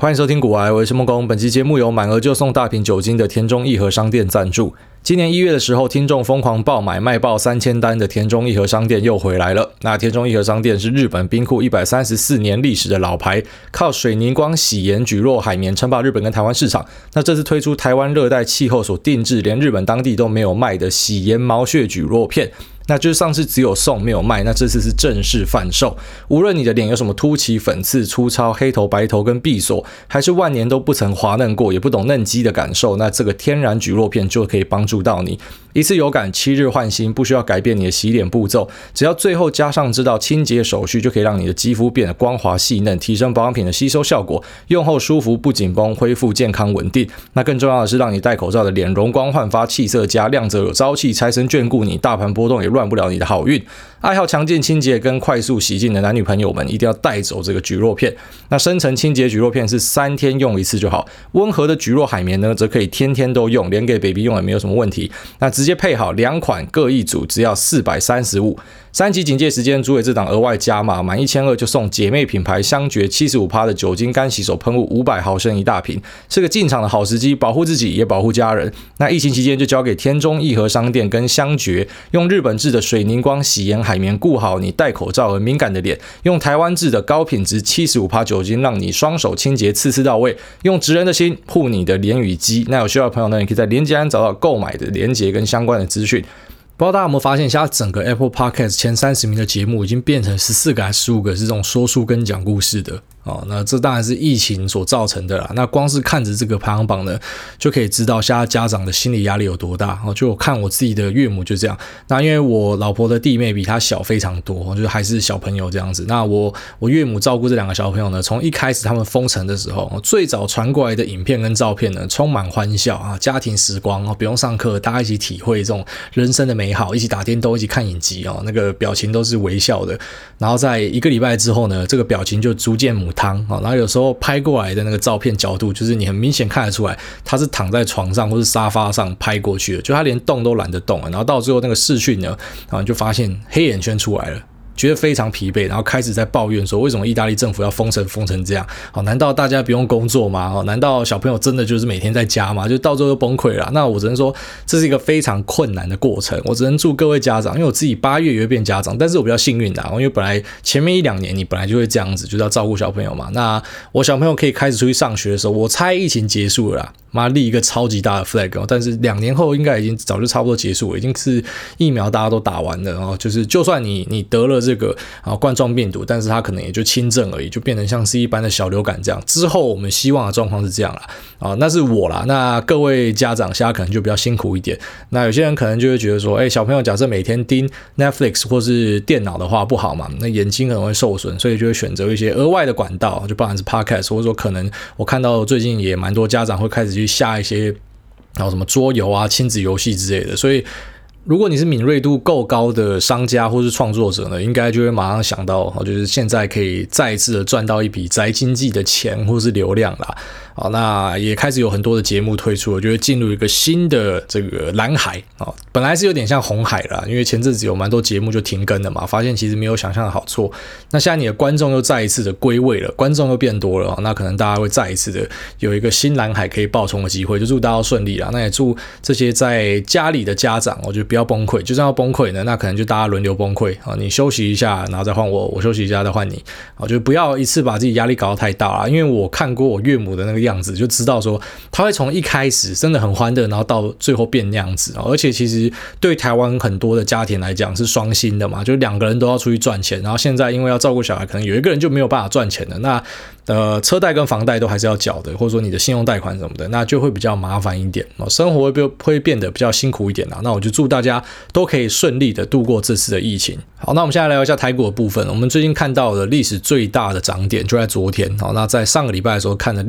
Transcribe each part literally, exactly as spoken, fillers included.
欢迎收听股癌，我是孟工。本期节目由满额就送大瓶酒精的田中义和商店赞助。今年一月的时候，听众疯狂爆买，卖爆三千单的田中义和商店又回来了。那田中义和商店是日本冰库一百三十四年历史的老牌，靠水凝光洗盐蒟蒻海绵称霸日本跟台湾市场。那这次推出台湾热带气候所定制，连日本当地都没有卖的洗盐毛屑蒟蒻片。那就是上次只有送没有卖，那这次是正式贩售。无论你的脸有什么凸起、粉刺、粗糙、黑头、白头跟闭锁，还是万年都不曾滑嫩过，也不懂嫩肌的感受，那这个天然蒟蒻片就可以帮助到你。一次有感，七日换新，不需要改变你的洗脸步骤，只要最后加上这道清洁手续，就可以让你的肌肤变得光滑细嫩，提升保养品的吸收效果，用后舒服不紧绷，恢复健康稳定。那更重要的是，让你戴口罩的脸容光焕发，气色佳，亮泽有朝气，财神眷顾你，大盘波动也乱不了你的好运。爱好强劲清洁跟快速洗净的男女朋友们一定要带走这个蒟蒻片。那深层清洁蒟蒻片是三天用一次就好，温和的蒟蒻海绵呢则可以天天都用，连给 baby 用也没有什么问题。那直接配好两款各一组，只要四百三十五。三级警戒时间，主委这档额外加码，满一千二就送姐妹品牌香爵 百分之七十五 的酒精干洗手喷雾五百毫升一大瓶，是个进场的好时机，保护自己也保护家人。那疫情期间就交给田中义和商店跟香爵，用日本制的水凝光洗盐海绵顾好你戴口罩而敏感的脸，用台湾制的高品质 百分之七十五 酒精让你双手清洁次次到位，用职人的心护你的脸与肌。那有需要的朋友呢，你可以在连结栏找到购买的连结跟相关的资讯。不知道大家有没有发现，现在整个 Apple Podcast 前三十名的节目已经变成十四个还是十五个是这种说书跟讲故事的哦，那这当然是疫情所造成的啦。那光是看着这个排行榜呢，就可以知道现在家长的心理压力有多大哦。就我看我自己的岳母就这样，那因为我老婆的弟妹比她小非常多，就是还是小朋友这样子。那我我岳母照顾这两个小朋友呢，从一开始他们封城的时候，最早传过来的影片跟照片呢，充满欢笑啊，家庭时光哦，不用上课，大家一起体会这种人生的美好，一起打电动，一起看影集哦，那个表情都是微笑的。然后在一个礼拜之后呢，这个表情就逐渐母汤啊，然后有时候拍过来的那个照片角度，就是你很明显看得出来，他是躺在床上或是沙发上拍过去的，就他连动都懒得动了。然后到最后那个视讯呢，然后你就发现黑眼圈出来了。觉得非常疲惫，然后开始在抱怨说，为什么意大利政府要封城封成这样？好，难道大家不用工作吗？难道小朋友真的就是每天在家吗？就到最后就崩溃了。那我只能说，这是一个非常困难的过程。我只能祝各位家长，因为我自己八月也会变家长，但是我比较幸运的，因为本来前面一两年你本来就会这样子，就是要照顾小朋友嘛。那我小朋友可以开始出去上学的时候，我猜疫情结束了啦，妈立一个超级大的 flag， 但是两年后应该已经早就差不多结束了，已经是疫苗大家都打完了，然后就是就算你你得了这个啊冠状病毒，但是它可能也就轻症而已，就变成像是一般的小流感这样。之后我们希望的状况是这样啦，啊，那是我啦。那各位家长现在可能就比较辛苦一点。那有些人可能就会觉得说，哎，小朋友假设每天盯 Netflix 或是电脑的话不好嘛，那眼睛可能会受损，所以就会选择一些额外的管道，就不管是 Podcast， 或者说可能我看到最近也蛮多家长会开始去下一些然后什么桌游啊、亲子游戏之类的，所以如果你是敏锐度够高的商家或是创作者呢，应该就会马上想到，就是现在可以再一次的赚到一笔宅经济的钱或是流量啦。好，那也开始有很多的节目推出了，就会进入一个新的这个蓝海啊，本来是有点像红海啦，因为前阵子有蛮多节目就停更了嘛，发现其实没有想象的好做。那现在你的观众又再一次的归位了，观众又变多了，那可能大家会再一次的有一个新蓝海可以爆冲的机会，就祝大家顺利啦。那也祝这些在家里的家长，我觉得不要崩溃，就算要崩溃呢，那可能就大家轮流崩溃啊，你休息一下，然后再换我，我休息一下再换你啊，就不要一次把自己压力搞得太大啦。因为我看过我岳母的那个样子，就知道说他会从一开始真的很欢乐，然后到最后变那样子。而且其实对台湾很多的家庭来讲是双薪的嘛，就两个人都要出去赚钱，然后现在因为要照顾小孩，可能有一个人就没有办法赚钱了，那呃车贷跟房贷都还是要缴的，或者说你的信用贷款什么的，那就会比较麻烦一点，生活会会变得比较辛苦一点啦。那我就祝大家都可以顺利的度过这次的疫情。好，那我们现在来聊一下台股的部分。我们最近看到的历史最大的涨点就在昨天，好，那在上个礼拜的时候看的历史最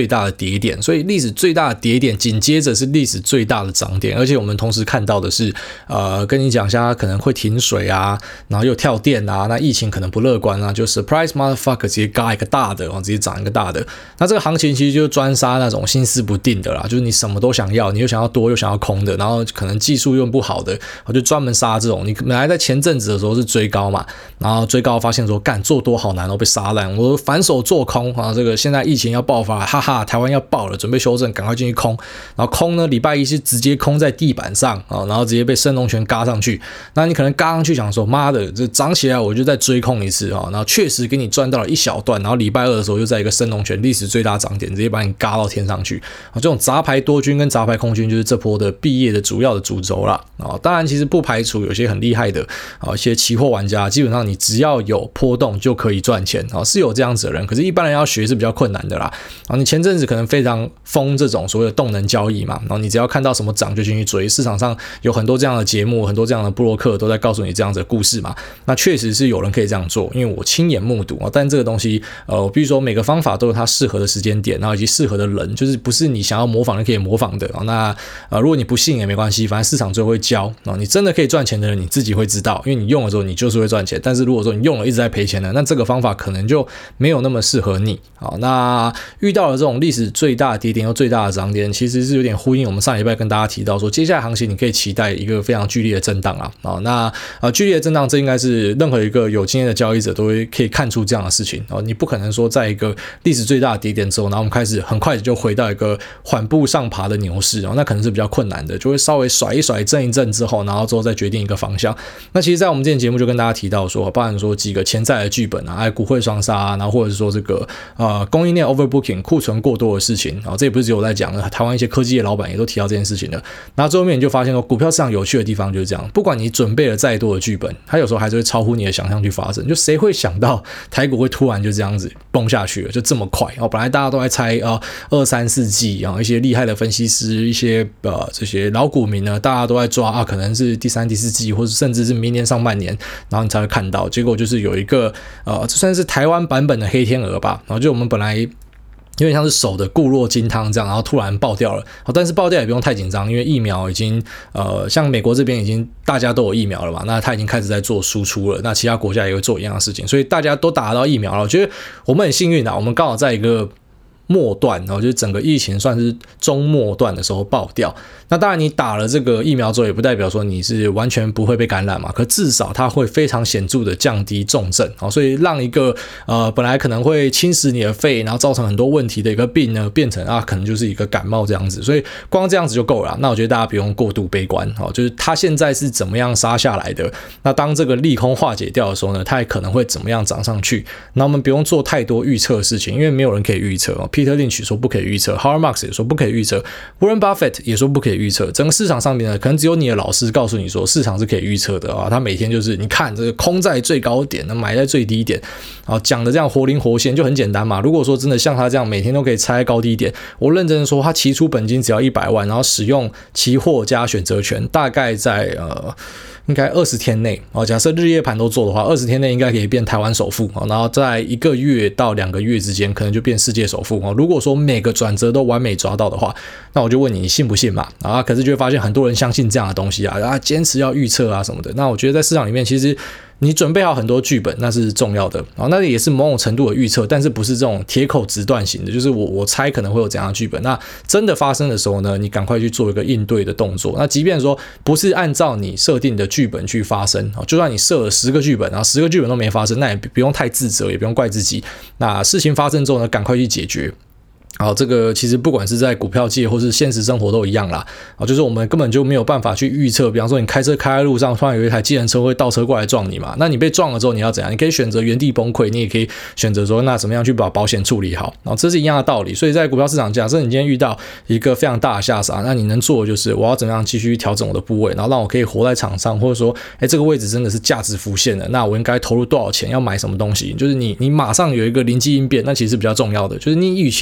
最大的跌点，所以历史最大的跌点紧接着是历史最大的涨点，而且我们同时看到的是，呃，跟你讲一下可能会停水啊，然后又跳电啊，那疫情可能不乐观啊，就 surprise motherfucker 直接嘎一个大的，直接涨一个大的。那这个行情其实就专杀那种心思不定的啦，就是你什么都想要，你又想要多又想要空的，然后可能技术用不好的，我就专门杀这种。你本来在前阵子的时候是追高嘛，然后追高发现说干做多好难哦，被杀烂，我反手做空啊，这个现在疫情要爆发，哈哈，台湾要爆了，准备修正，赶快进去空。然后空呢，礼拜一是直接空在地板上啊，然后直接被升龙拳嘎上去。那你可能嘎上去想说，妈的，这涨起来我就再追空一次啊，然后确实给你赚到了一小段，然后礼拜二的时候又在一个升龙拳历史最大涨点，直接把你嘎到天上去啊。这种杂牌多军跟杂牌空军就是这波的毕业的主要的主轴啦啊。当然，其实不排除有些很厉害的啊，一些期货玩家，基本上你只要有波动就可以赚钱啊，是有这样子的人，可是一般人要学是比较困难的啦。啊，你前阵子可能非常疯这种所谓的动能交易嘛，然后你只要看到什么涨就进去追，市场上有很多这样的节目，很多这样的部落客都在告诉你这样子的故事嘛。那确实是有人可以这样做，因为我亲眼目睹啊。但这个东西，呃，比如说每个方法都有它适合的时间点，然后以及适合的人，就是不是你想要模仿就可以模仿的啊。那呃，如果你不信也没关系，反正市场最后会教啊。你真的可以赚钱的人，你自己会知道，因为你用的时候你就是会赚钱。但是如果说你用了一直在赔钱的，那这个方法可能就没有那么适合你啊。那遇到了这种历史最大的跌点又最大的涨点，其实是有点呼应我们上礼拜跟大家提到说，接下来行情你可以期待一个非常剧烈的震荡啊。啊，那呃剧烈的震荡，这应该是任何一个有经验的交易者都会可以看出这样的事情啊。你不可能说在一个历史最大的跌点之后，然后我们开始很快就回到一个缓步上爬的牛市啊，那可能是比较困难的，就会稍微甩一甩震一震之后，然后之后再决定一个方向。那其实，在我们之前节目就跟大家提到说，包含说几个潜在的剧本啊，还有股汇双杀啊，然后或者是说这个呃供应链 overbooking 库存过多的事情啊，这也不是只有我在讲的，台湾一些科技业老板也都提到这件事情的。然后最后面你就发现说，股票市场有趣的地方就是这样，不管你准备了再多的剧本，它有时候还是会超乎你的想象去发生。就谁会想到台股会突然就这样子崩下去了，就这么快啊？本来大家都在猜啊，二三四季啊，一些厉害的分析师，一些呃这些老股民呢，大家都在抓啊，可能是第三、第四季，或者甚至是明年上半年，然后你才会看到。结果就是有一个呃，这算是台湾版本的黑天鹅吧，然后就我们本来有点像是守的固若金汤这样，然后突然爆掉了。但是爆掉也不用太紧张，因为疫苗已经呃，像美国这边已经大家都有疫苗了嘛，那他已经开始在做输出了，那其他国家也会做一样的事情，所以大家都打得到疫苗了。我觉得我们很幸运啊，我们刚好在一个末段，然后就是整个疫情算是中末段的时候爆掉。那当然你打了这个疫苗之后，也不代表说你是完全不会被感染嘛，可至少它会非常显著的降低重症，所以让一个呃本来可能会侵蚀你的肺，然后造成很多问题的一个病呢，变成啊可能就是一个感冒这样子，所以光这样子就够了。那我觉得大家不用过度悲观，就是它现在是怎么样杀下来的，那当这个利空化解掉的时候呢，它也可能会怎么样涨上去。那我们不用做太多预测的事情，因为没有人可以预测。Peter Lynch 说不可以预测 ，Howard Marks 也说不可以预测 ，Warren Buffett 也说不可以预测。整个市场上面呢，可能只有你的老师告诉你说市场是可以预测的啊。他每天就是你看这个空在最高点，买在最低点，啊讲的这样活灵活现，就很简单嘛。如果说真的像他这样每天都可以猜高低点，我认真的说，他期初本金只要一百万，然后使用期货加选择权，大概在呃。应该二十天内哦，假设日夜盘都做的话，二十天内应该可以变台湾首富哦，然后在一个月到两个月之间，可能就变世界首富哦。如果说每个转折都完美抓到的话，那我就问你，你信不信嘛？啊，可是就会发现很多人相信这样的东西啊，啊，坚持要预测啊什么的。那我觉得在市场里面，其实你准备好很多剧本，那是重要的啊，那也是某种程度的预测，但是不是这种铁口直断型的，就是我我猜可能会有怎样的剧本。那真的发生的时候呢，你赶快去做一个应对的动作。那即便说不是按照你设定的剧本去发生，就算你设了十个剧本，然后十个剧本都没发生，那也不用太自责，也不用怪自己。那事情发生之后呢，赶快去解决。好，这个其实不管是在股票界或是现实生活都一样啦。啊，就是我们根本就没有办法去预测，比方说你开车开在路上，突然有一台计程车会倒车过来撞你嘛？那你被撞了之后你要怎样？你可以选择原地崩溃，你也可以选择说那怎么样去把保险处理好。然后这是一样的道理。所以在股票市场，假设你今天遇到一个非常大的下杀，那你能做的就是我要怎么样继续调整我的部位，然后让我可以活在场上，或者说，哎，这个位置真的是价值浮现了，那我应该投入多少钱，要买什么东西？就是你你马上有一个灵机应变，那其实是比较重要的。就是你与其去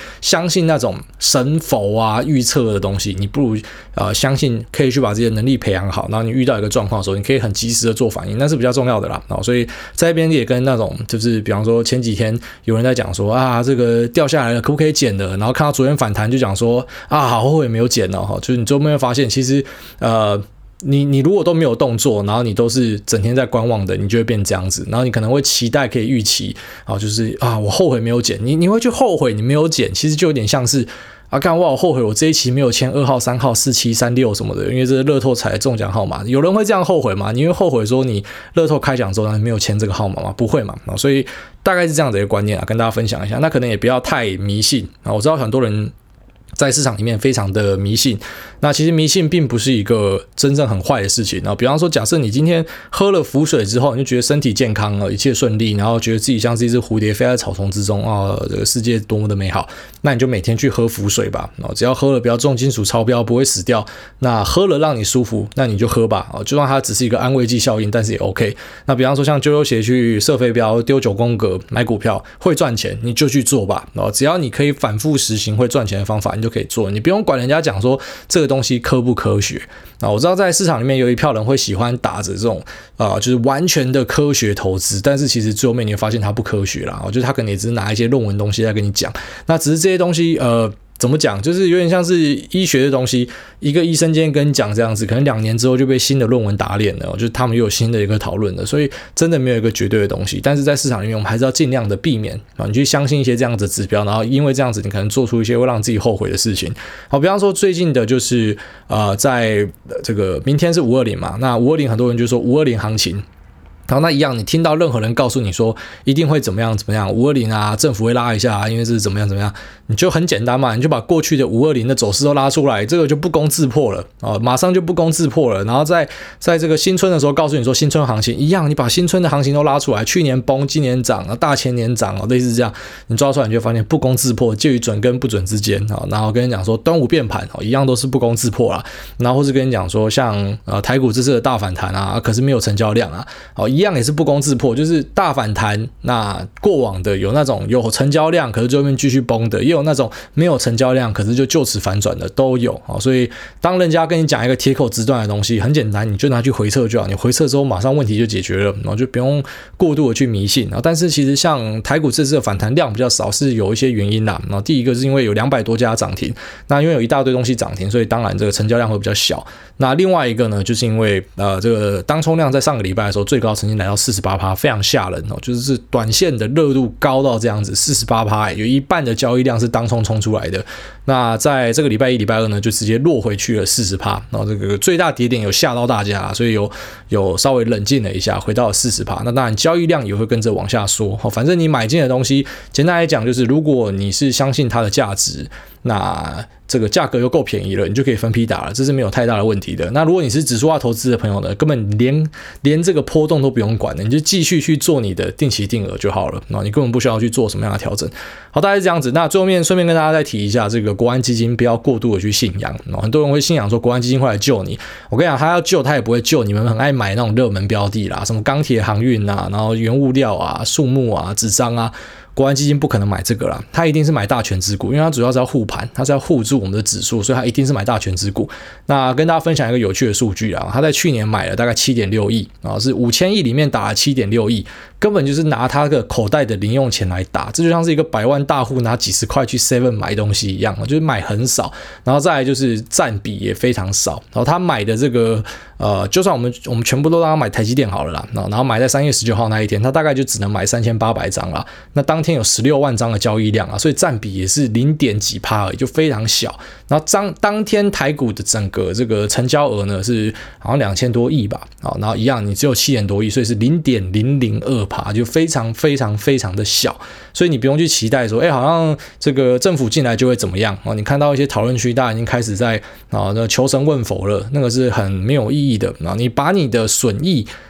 相信那种神佛啊预测的东西，你不如呃相信可以去把自己的能力培养好，然后你遇到一个状况的时候，你可以很及时的做反应，那是比较重要的啦。哦、所以在这边也跟那种就是比方说前几天有人在讲说啊这个掉下来了可不可以捡的，然后看到昨天反弹就讲说啊好后悔没有捡哦，就是你最后面会发现其实呃。你你如果都没有动作，然后你都是整天在观望的，你就会变这样子。然后你可能会期待可以预期，啊，就是啊，我后悔没有捡。你你会去后悔你没有捡，其实就有点像是啊，干我好后悔我这一期没有签二号、三号、四七、三六什么的，因为这是乐透彩的中奖号码。有人会这样后悔吗？你会后悔说你乐透开奖之后你没有签这个号码吗？不会嘛。所以大概是这样的一个观念啊，跟大家分享一下。那可能也不要太迷信啊，我知道很多人在市场里面非常的迷信，那其实迷信并不是一个真正很坏的事情。然后比方说假设你今天喝了符水之后，你就觉得身体健康了，一切顺利，然后觉得自己像是一只蝴蝶飞在草丛之中啊，这个世界多么的美好，那你就每天去喝符水吧，只要喝了不要重金属超标，不会死掉，那喝了让你舒服，那你就喝吧，就算它只是一个安慰剂效应，但是也 OK。 那比方说像啾啾鞋去射飞镖丢九宫格买股票会赚钱，你就去做吧，只要你可以反复实行会赚钱的方法，你就可以做，你不用管人家讲说这个东西科不科学。啊，我知道在市场里面有一票人会喜欢打着这种呃，就是完全的科学投资，但是其实最后面你会发现它不科学啦，就是他可能也只是拿一些论文东西在跟你讲，那只是这些东西呃。怎么讲，就是有点像是医学的东西，一个医生今天跟你讲这样子，可能两年之后就被新的论文打脸了，就是他们又有新的一个讨论了，所以真的没有一个绝对的东西。但是在市场里面我们还是要尽量的避免啊，你去相信一些这样子的指标，然后因为这样子你可能做出一些会让自己后悔的事情。好，比方说最近的就是呃，在这个明天是五二零嘛，那五二零很多人就说五二零行情，然后那一样，你听到任何人告诉你说一定会怎么样怎么样，五二零啊，政府会拉一下啊，因为这是怎么样怎么样，你就很简单嘛，你就把过去的五二零的走势都拉出来，这个就不攻自破了啊，马上就不攻自破了。然后在在这个新春的时候告诉你说新春行情一样，你把新春的行情都拉出来，去年崩，今年涨，大前年涨，类似这样，你抓出来你就发现不攻自破，介于准跟不准之间啊。然后跟你讲说端午变盘一样都是不攻自破啦，然后或是跟你讲说像呃台股这次的大反弹啊，可是没有成交量啊，一样也是不攻自破，就是大反弹。那过往的有那种有成交量，可是最后面继续崩的，也有那种没有成交量，可是就就此反转的都有。所以当人家跟你讲一个铁口直断的东西，很简单，你就拿去回测就好。你回测之后，马上问题就解决了，然后就不用过度的去迷信。但是其实像台股这次的反弹量比较少，是有一些原因啦。然后第一个是因为有两百多家涨停，那因为有一大堆东西涨停，所以当然这个成交量会比较小。那另外一个呢，就是因为呃这个当冲量在上个礼拜的时候最高曾经来到 百分之四十八， 非常吓人哦，就是短线的热度高到这样子 百分之四十八， 有一半的交易量是当冲冲出来的。那在这个礼拜一礼拜二呢就直接落回去了 百分之四十， 然后这个最大跌点有吓到大家，所以有有稍微冷静了一下，回到了 百分之四十。 那当然交易量也会跟着往下缩，反正你买进的东西简单来讲就是如果你是相信它的价值，那这个价格又够便宜了，你就可以分批打了，这是没有太大的问题的。那如果你是指数化投资的朋友呢，根本连连这个波动都不用管的，你就继续去做你的定期定额就好了，然后你根本不需要去做什么样的调整。好，大概是这样子。那最后面顺便跟大家再提一下，这个国安基金不要过度的去信仰，很多人会信仰说国安基金会来救你，我跟你讲，他要救他也不会救你们很爱买那种热门标的啦，什么钢铁航运啊，然后原物料啊，树木啊，纸张啊，国安基金不可能买这个啦，他一定是买大权之股，因为他主要是要护盘，他是要护住我们的指数，所以他一定是买大权之股。那跟大家分享一个有趣的数据啊，他在去年买了大概 七点六亿啊，是五千亿里面打了 七点六亿，根本就是拿他的口袋的零用钱来打，这就像是一个百万大户拿几十块去 seven 买东西一样，就是买很少，然后再来就是占比也非常少。然后他买的这个呃，就算我们我们全部都让他买台积电好了啦，然后买在三月十九号那一天，他大概就只能买三千八百张啦。那当天有十六万张的交易量啊，所以占比也是零点几趴而已，就非常小。然后当当天台股的整个这个成交额呢是好像两千多亿吧，然后一样你只有七点多亿，所以是零点零零二趴，就非常非常非常的小。所以你不用去期待说，哎，好像这个政府进来就会怎么样哦。你看到一些讨论区，大家已经开始在啊求神问佛了，那个是很没有意义的。然后你把你的损益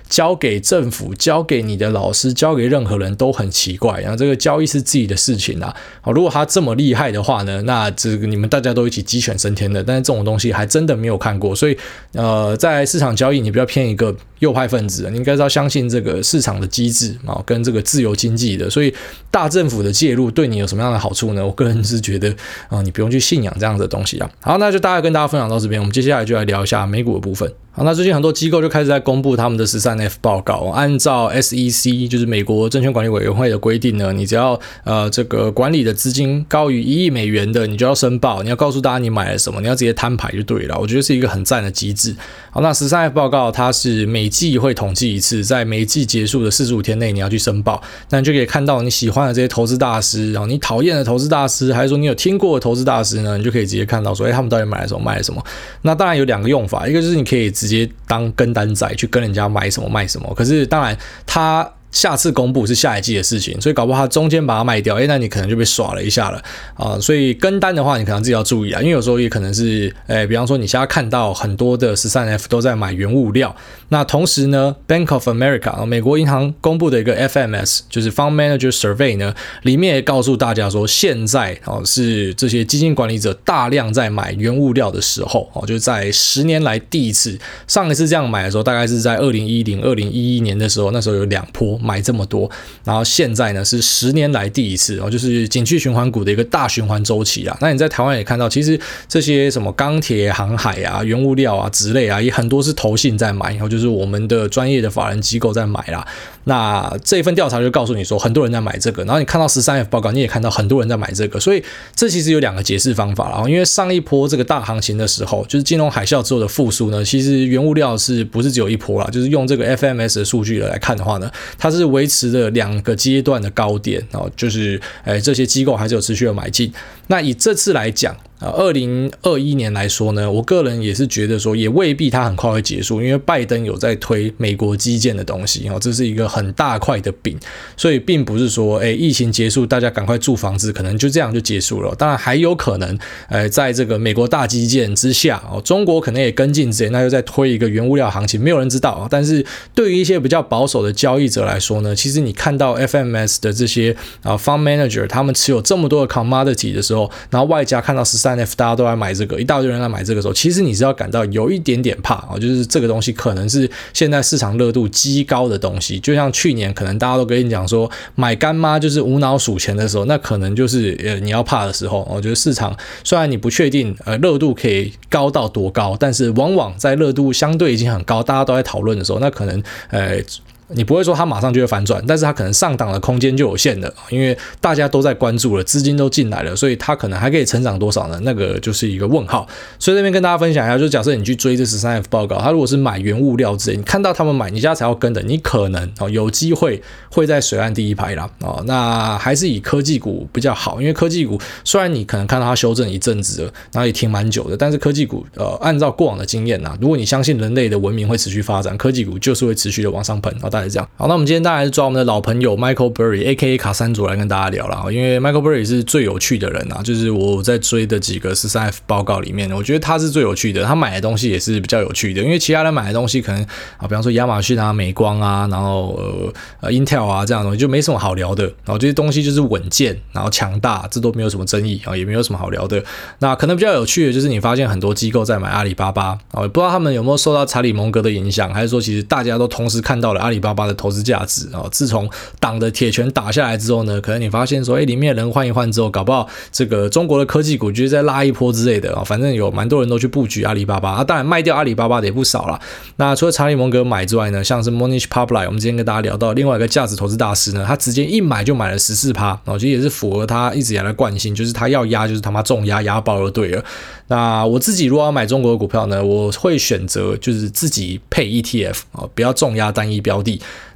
交给政府、交给你的老师、交给任何人都很奇怪。然后这个交易是自己的事情啊，好，如果他这么厉害的话呢，那这个你们大家都一起鸡犬升天的。但是这种东西还真的没有看过，所以呃，在市场交易你比较偏一个右派分子，你应该是要相信这个市场的机制啊，跟这个自由经济的。所以大政府的介入对你有什么样的好处呢？我个人是觉得啊、呃，你不用去信仰这样的东西啊。好，那就大概跟大家分享到这边，我们接下来就来聊一下美股的部分。好，那最近很多机构就开始在公布他们的 十三 F 报告，按照 S E C 就是美国证券管理委员会的规定呢，你只要呃这个管理的资金高于一亿美元的，你就要申报，你要告诉大家你买了什么，你要直接摊牌就对了。我觉得是一个很赞的机制。好，那 十三 F 报告它是每季会统计一次，在每季结束的四十五天内你要去申报，那你就可以看到你喜欢的这些投资大师，然后你讨厌的投资大师，还是说你有听过的投资大师呢，你就可以直接看到说，哎，他们到底买了什么，卖了什么。那当然有两个用法，一个就是你可以直接当跟单仔去跟人家买什么卖什么，可是当然他下次公布是下一季的事情，所以搞不好他中间把它卖掉，诶，那你可能就被耍了一下了啊、呃。所以跟单的话，你可能自己要注意啊，因为有时候也可能是，诶，比方说你现在看到很多的 十三 F 都在买原物料，那同时呢 ，Bank of America 美国银行公布的一个 F M S 就是 Fund Manager Survey 呢，里面也告诉大家说，现在哦是这些基金管理者大量在买原物料的时候哦，就是在十年来第一次，上一次这样买的时候，大概是在二零一零、二零一一年的时候，那时候有两波。买这么多，然后现在呢是十年来第一次哦，就是景气循环股的一个大循环周期啦。那你在台湾也看到，其实这些什么钢铁、航海啊、原物料啊、质类啊，也很多是投信在买，然后就是我们的专业的法人机构在买啦。那这一份调查就告诉你说，很多人在买这个，然后你看到 十三 F 报告，你也看到很多人在买这个，所以这其实有两个解释方法啦。因为上一波这个大行情的时候，就是金融海啸之后的复苏呢，其实原物料是不是只有一波啦？就是用这个 F M S 的数据来看的话呢，它是维持了两个阶段的高点，然后就是诶这些机构还是有持续的买进。那以这次来讲，呃，二零二一年来说呢，我个人也是觉得说，也未必它很快会结束，因为拜登有在推美国基建的东西，哦，这是一个很大块的饼，所以并不是说，哎，疫情结束，大家赶快住房子，可能就这样就结束了。当然还有可能，呃，在这个美国大基建之下，哦，中国可能也跟进之类，那又在推一个原物料行情，没有人知道。但是对于一些比较保守的交易者来说呢，其实你看到 F M S 的这些啊 Fund Manager 他们持有这么多的 commodity 的时候，然后外加看到 十三 F 大家都在买这个，一大堆人在买这个时候，其实你是要感到有一点点怕啊，就是这个东西可能是现在市场热度极高的东西，就像去年可能大家都跟你讲说买干妈就是无脑数钱的时候，那可能就是呃你要怕的时候。我觉得市场虽然你不确定呃热度可以高到多高，但是往往在热度相对已经很高，大家都在讨论的时候，那可能呃。你不会说它马上就会反转，但是它可能上档的空间就有限了，因为大家都在关注了，资金都进来了，所以它可能还可以成长多少呢？那个就是一个问号。所以这边跟大家分享一下，就假设你去追这 十三 F 报告，它如果是买原物料之类，你看到他们买，你家才要跟的，你可能有机会会在水岸第一排啦。那还是以科技股比较好，因为科技股虽然你可能看到它修正一阵子了，然后也挺蛮久的，但是科技股呃按照过往的经验啊，如果你相信人类的文明会持续发展，科技股就是会持续的往上喷。大概是这样。好，那我们今天当然是抓我们的老朋友 Michael Burry A K A 卡山佐来跟大家聊啦，因为 Michael Burry 是最有趣的人啊，就是我在追的几个 十三 F 报告里面，我觉得他是最有趣的，他买的东西也是比较有趣的，因为其他人买的东西可能啊，比方说亚马逊啊、美光啊，然后呃呃 Intel 啊这样的东西就没什么好聊的，然后这些东西就是稳健，然后强大，这都没有什么争议啊，也没有什么好聊的。那可能比较有趣的就是你发现很多机构在买阿里巴巴啊，不知道他们有没有受到查理蒙格的影响，还是说其实大家都同时看到了阿里巴巴的投资价值啊。自从党的铁拳打下来之后呢，可能你发现说，哎，里面的人换一换之后，搞不好这个中国的科技股就是在拉一波之类的啊。反正有蛮多人都去布局阿里巴巴啊，当然卖掉阿里巴巴的也不少啦。那除了查理蒙格买之外呢，像是 Monish Pabrai， 我们之前跟大家聊到另外一个价值投资大师呢，他直接一买就买了 百分之十四， 啊，其实也是符合他一直以来的惯性，就是他要压就是他妈重压压爆就对了。那我自己如果要买中国的股票呢，我会选择就是自己配 E T F 啊，不要重压单一标的。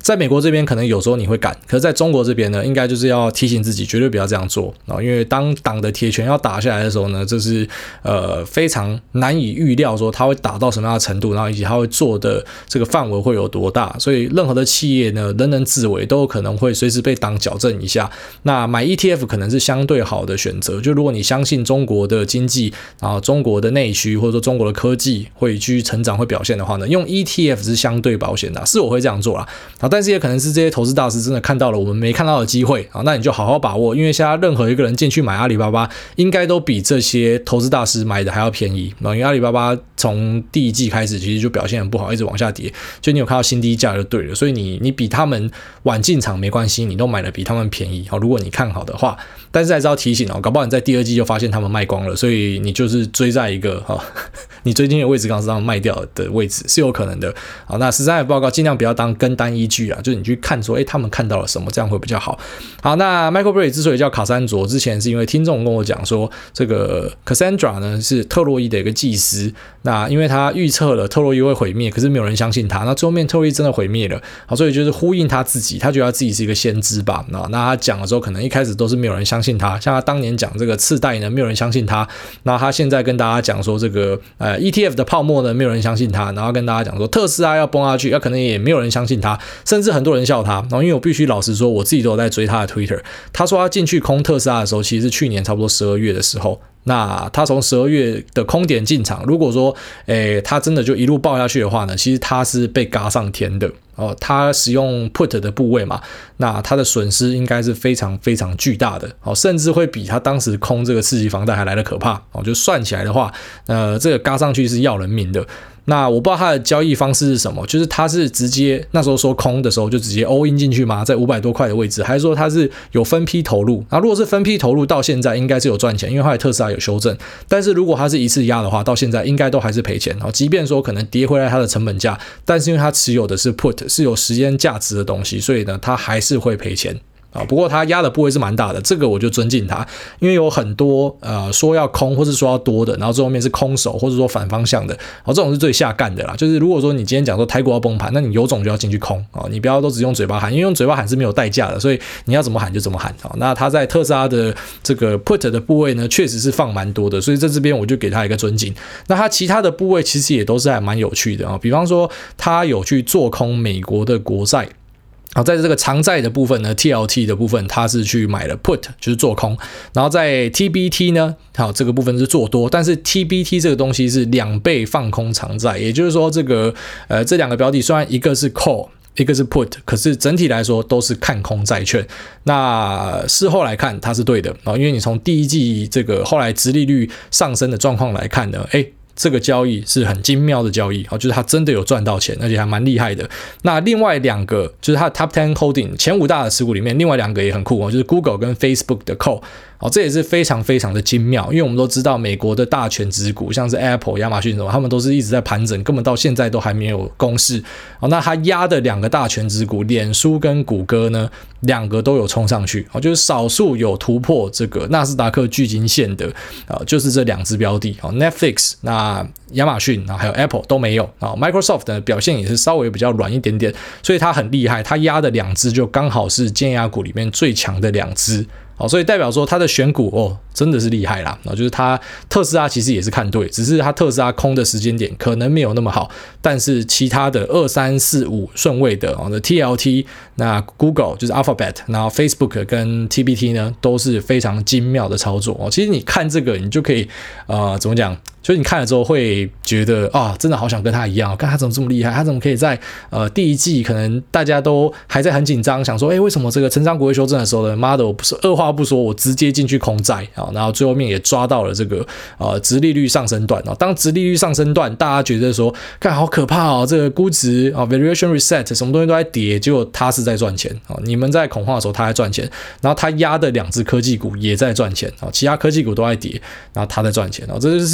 在美国这边可能有时候你会赶，可是在中国这边呢，应该就是要提醒自己绝对不要这样做啊，因为当党的铁拳要打下来的时候呢，这是呃非常难以预料说它会打到什么样的程度，然后以及它会做的这个范围会有多大，所以任何的企业呢，人人自危都有可能会随时被党矫正一下。那买 E T F 可能是相对好的选择，就如果你相信中国的经济，然后中国的内需或者说中国的科技会继续成长会表现的话呢，用 E T F 是相对保险的，是我会这样做啦。但是也可能是这些投资大师真的看到了我们没看到的机会，那你就好好把握，因为现在任何一个人进去买阿里巴巴，应该都比这些投资大师买的还要便宜，因为阿里巴巴从第一季开始其实就表现很不好，一直往下跌，就你有看到新低价就对了，所以你你比他们晚进场没关系，你都买的比他们便宜，如果你看好的话。但是还是要提醒哦，搞不好你在第二季就发现他们卖光了，所以你就是追在一个、哦、你追进的位置刚好是他们卖掉的位置，是有可能的。好，那十三 F 报告尽量不要当跟单依据啊，就是你去看说，哎，他们看到了什么，这样会比较好。好，那 Michael Burry 之所以叫卡珊卓，之前是因为听众跟我讲说，这个 Cassandra 呢是特洛伊的一个祭司，那因为他预测了特洛伊会毁灭，可是没有人相信他，那最后面特洛伊真的毁灭了，好，所以就是呼应他自己，他觉得他自己是一个先知吧。那那他讲的时候，可能一开始都是没有人相信他，像他当年讲这个次贷呢，没有人相信他，那他现在跟大家讲说这个呃 E T F 的泡沫呢，没有人相信他，然后跟大家讲说特斯拉要崩下去，那可能也没有人相信他，甚至很多人笑他。然后因为我必须老实说，我自己都有在追他的 Twitter， 他说他进去空特斯拉的时候，其实是去年差不多十二月的时候。那他从十二月的空点进场，如果说诶他真的就一路爆下去的话呢，其实他是被嘎上天的哦。他使用 put 的部位嘛，那他的损失应该是非常非常巨大的哦，甚至会比他当时空这个次级房贷还来得可怕哦。就算起来的话，呃，这个嘎上去是要人命的。那我不知道他的交易方式是什么，就是他是直接那时候说空的时候就直接 all in 进去吗？在五百多块的位置，还是说他是有分批投入？那如果是分批投入，到现在应该是有赚钱，因为后来特斯拉有修正。但是如果他是一次压的话，到现在应该都还是赔钱。即便说可能跌回来他的成本价，但是因为他持有的是 put， 是有时间价值的东西，所以呢，他还是会赔钱。啊，不过他压的部位是蛮大的，这个我就尊敬他，因为有很多呃说要空或是说要多的，然后最后面是空手或者说反方向的，哦，这种是最下干的啦。就是如果说你今天讲说台股要崩盘，那你有种就要进去空啊，你不要都只用嘴巴喊，因为用嘴巴喊是没有代价的，所以你要怎么喊就怎么喊啊。那他在特斯拉的这个 put 的部位呢，确实是放蛮多的，所以在这边我就给他一个尊敬。那他其他的部位其实也都是还蛮有趣的啊，比方说他有去做空美国的国债。好，在这个长债的部分呢 ，T L T 的部分，它是去买了 put， 就是做空。然后在 T B T 呢，好，这个部分是做多，但是 T B T 这个东西是两倍放空长债，也就是说，这个呃这两个标的虽然一个是 call， 一个是 put， 可是整体来说都是看空债券。那事后来看，它是对的啊，因为你从第一季这个后来殖利率上升的状况来看呢，哎。这个交易是很精妙的交易，就是他真的有赚到钱，而且还蛮厉害的。那另外两个就是他 Top 十 Holding 前五大的持股里面，另外两个也很酷哦，就是 Google 跟 Facebook 的 call。哦，这也是非常非常的精妙，因为我们都知道美国的大权值股，像是 Apple、亚马逊什么，他们都是一直在盘整，根本到现在都还没有公示。哦，那他压的两个大权值股，脸书跟谷歌呢，两个都有冲上去，哦，就是少数有突破这个纳斯达克巨金线的，呃，就是这两只标的。哦 ，Netflix 那亚马逊还有 Apple 都没有啊 ，Microsoft 的表现也是稍微比较软一点点，所以它很厉害，它压的两只就刚好是尖牙股里面最强的两只。好，所以代表说他的选股哦真的是厉害啦，就是他特斯拉其实也是看对，只是他特斯拉空的时间点可能没有那么好，但是其他的二三四五顺位的哦的 T L T， 那 Google 就是 Alphabet， 然后 Facebook 跟 T B T 呢都是非常精妙的操作哦。其实你看这个，你就可以呃怎么讲？所以你看了之后会觉得啊，真的好想跟他一样，看他怎么这么厉害，他怎么可以在呃第一季可能大家都还在很紧张，想说，哎，为什么这个成长股会修正的时候呢 ，model 不是二话不说，我直接进去空债啊，然后最后面也抓到了这个呃殖利率上升段啊。当殖利率上升段，大家觉得说，看好可怕哦，这个估值啊 ，valuation reset 什么东西都在跌，结果他是在赚钱啊。你们在恐慌的时候，他在赚钱，然后他压的两只科技股也在赚钱啊，其他科技股都在跌，然后他在赚钱啊，这就是。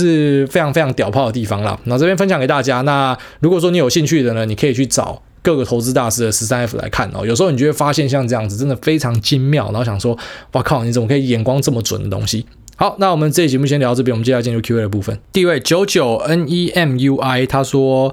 非常非常屌炮的地方啦，那这边分享给大家。那如果说你有兴趣的呢，你可以去找各个投资大师的 十三 F 来看哦。有时候你就会发现像这样子真的非常精妙，然后想说，哇靠，你怎么可以眼光这么准的东西？好，那我们这期节目先聊到这边，我们接下来进入 Q A 的部分。第一位九九 N E M U I 他说。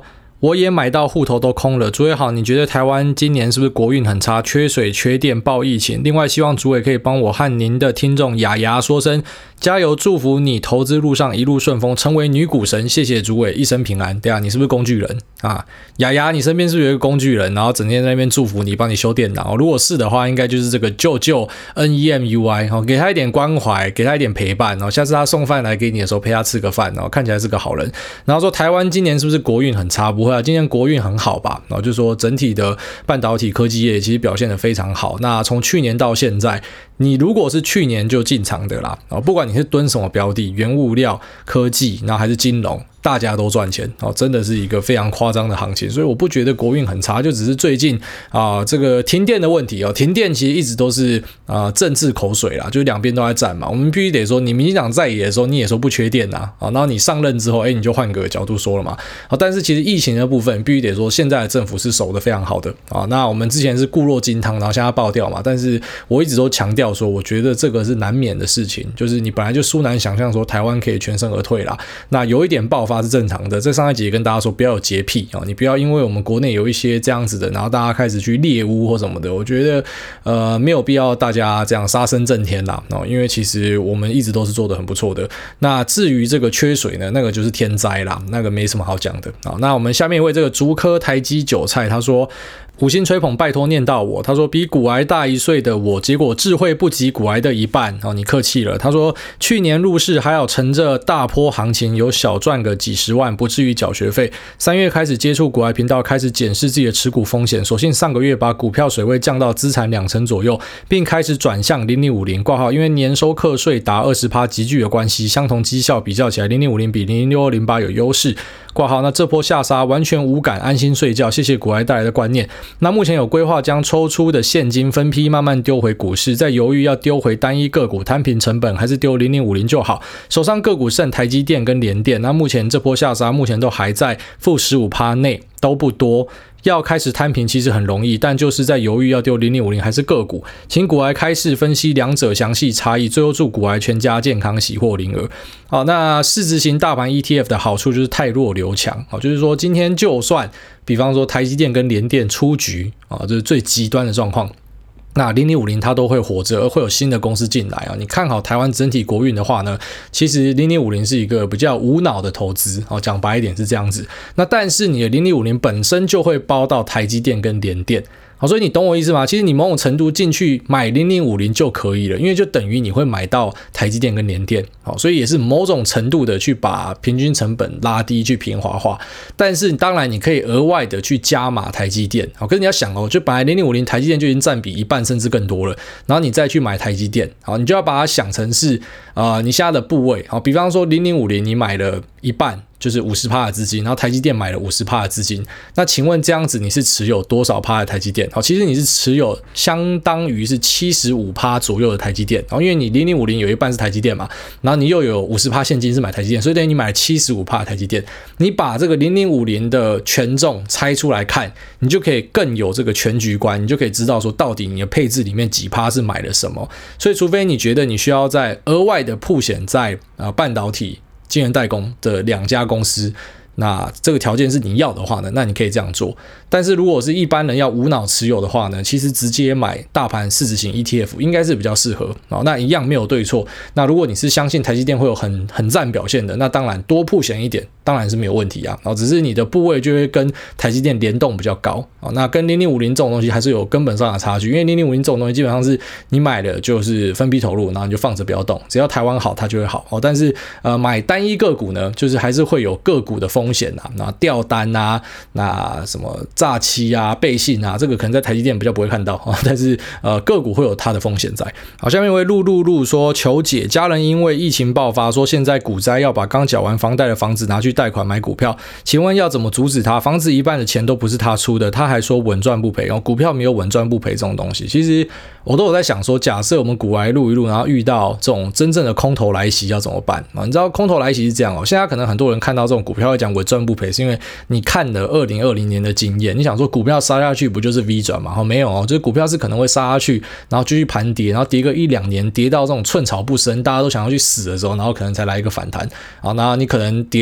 我也买到户头都空了。主委好，你觉得台湾今年是不是国运很差，缺水、缺电、爆疫情？另外，希望主委可以帮我和您的听众雅雅说声加油，祝福你投资路上一路顺风，成为女股神。谢谢主委，一生平安。对啊，你是不是工具人啊？雅雅，你身边是不是有一个工具人，然后整天在那边祝福你，帮你修电脑？如果是的话，应该就是这个舅舅 N E M U I， 给他一点关怀，给他一点陪伴，下次他送饭来给你的时候，陪他吃个饭，看起来是个好人。然后说台湾今年是不是国运很差？不会啊，今年国运很好吧？然后就说整体的半导体科技业其实表现得非常好。那从去年到现在，你如果是去年就进场的啦，不管你是蹲什么标的，原物料、科技，然后还是金融，大家都赚钱，真的是一个非常夸张的行情。所以我不觉得国运很差，就只是最近啊、呃、这个停电的问题。停电其实一直都是啊、呃、政治口水啦，就是两边都在战嘛。我们必须得说，你民进党在野的时候，你也说不缺电啊，然后你上任之后，哎，你就换个角度说了嘛。但是其实疫情的部分，必须得说，现在的政府是守得非常好的啊。那我们之前是固若金汤，然后现在爆掉嘛。但是我一直都强调说，我觉得这个是难免的事情，就是你本来就殊难想象说台湾可以全身而退啦。那有一点爆发是正常的。在上一集也跟大家说，不要有洁癖啊，你不要因为我们国内有一些这样子的，然后大家开始去猎污或什么的。我觉得呃没有必要大家这样杀声震天啦，因为其实我们一直都是做得很不错的。那至于这个缺水呢，那个就是天灾啦，那个没什么好讲的啊。那我们下面一位这个竹科台积韭菜，他说五星吹捧，拜托念到我。他说比股癌大一岁的我，结果智慧不及股癌的一半。哦，你客气了。他说去年入市还要乘着大波行情，有小赚个几十万，不至于缴学费。三月开始接触股癌频道，开始检视自己的持股风险。所幸上个月把股票水位降到资产两成左右，并开始转向零零五零挂号，因为年收课税达 百分之二十 集聚的关系，相同绩效比较起来，零零五零比零零六二零八有优势。挂号，那这波下杀完全无感，安心睡觉。谢谢股癌带来的观念。那目前有规划将抽出的现金分批慢慢丢回股市，在犹豫要丢回单一个股摊平成本，还是丢零零五零就好。手上个股剩台积电跟联电，那目前这波下杀目前都还在负 百分之十五 内，都不多。要开始摊平其实很容易，但就是在犹豫要丢零零五零还是个股，请股癌开市分析两者详细差异，最后祝股癌全家健康喜获麟儿。好，那市值型大盘 E T F 的好处就是汰弱留强，好，就是说今天就算比方说台积电跟联电出局啊，这是最极端的状况。那零零五零它都会活着，而会有新的公司进来啊。你看好台湾整体国运的话呢，其实零零五零是一个比较无脑的投资，讲白一点是这样子。那但是你的零零五零本身就会包到台积电跟联电。好，所以你懂我意思吗？其实你某种程度进去买零零五零就可以了，因为就等于你会买到台积电跟联电，好，所以也是某种程度的去把平均成本拉低，去平滑化。但是当然你可以额外的去加码台积电，好，可是你要想哦，就本来零零五零台积电就已经占比一半甚至更多了，然后你再去买台积电，好，你就要把它想成是呃你现在的部位，好，比方说零零五零你买了一半。就是 百分之五十 的资金，然后台积电买了 百分之五十 的资金，那请问这样子你是持有多少趴的台积电？好，其实你是持有相当于是 百分之七十五 左右的台积电，因为你零零五零有一半是台积电嘛，然后你又有 百分之五十 现金是买台积电，所以等于你买了 百分之七十五 的台积电，你把这个零零五零的权重拆出来看，你就可以更有这个全局观，你就可以知道说到底你的配置里面几趴是买了什么。所以除非你觉得你需要再额外的曝险在、呃、半导体晶圆代工的两家公司，那这个条件是你要的话呢，那你可以这样做。但是如果是一般人要无脑持有的话呢，其实直接买大盘市值型 E T F 应该是比较适合。那一样没有对错。那如果你是相信台积电会有很很赞表现的，那当然多曝险一点当然是没有问题啊，只是你的部位就会跟台积电联动比较高。那跟零零五零这种东西还是有根本上的差距，因为零零五零这种东西基本上是你买了就是分批投入，然后你就放着不要动，只要台湾好它就会好。但是呃买单一个股呢，就是还是会有个股的风险啊，那掉单啊，那什么诈欺啊、背信啊，这个可能在台积电比较不会看到，但是呃个股会有它的风险在。好，下面一位陆陆陆说求解，家人因为疫情爆发，说现在股灾要把刚缴完房贷的房子拿去贷款买股票，请问要怎么阻止他？房子一半的钱都不是他出的，他还说稳赚不赔，股票没有稳赚不赔这种东西。其实我都有在想说，假设我们股癌录一录，然后遇到这种真正的空头来袭要怎么办？你知道空头来袭是这样哦，现在可能很多人看到这种股票会讲稳赚不赔，是因为你看了二零二零年的经验，你想说股票杀下去不就是 V 转吗？没有哦，就是股票是可能会杀下去，然后继续盘跌，然后跌个一两年，跌到这种寸草不生，大家都想要去死的时候，然后可能才来一个反弹，然后你可能跌到直接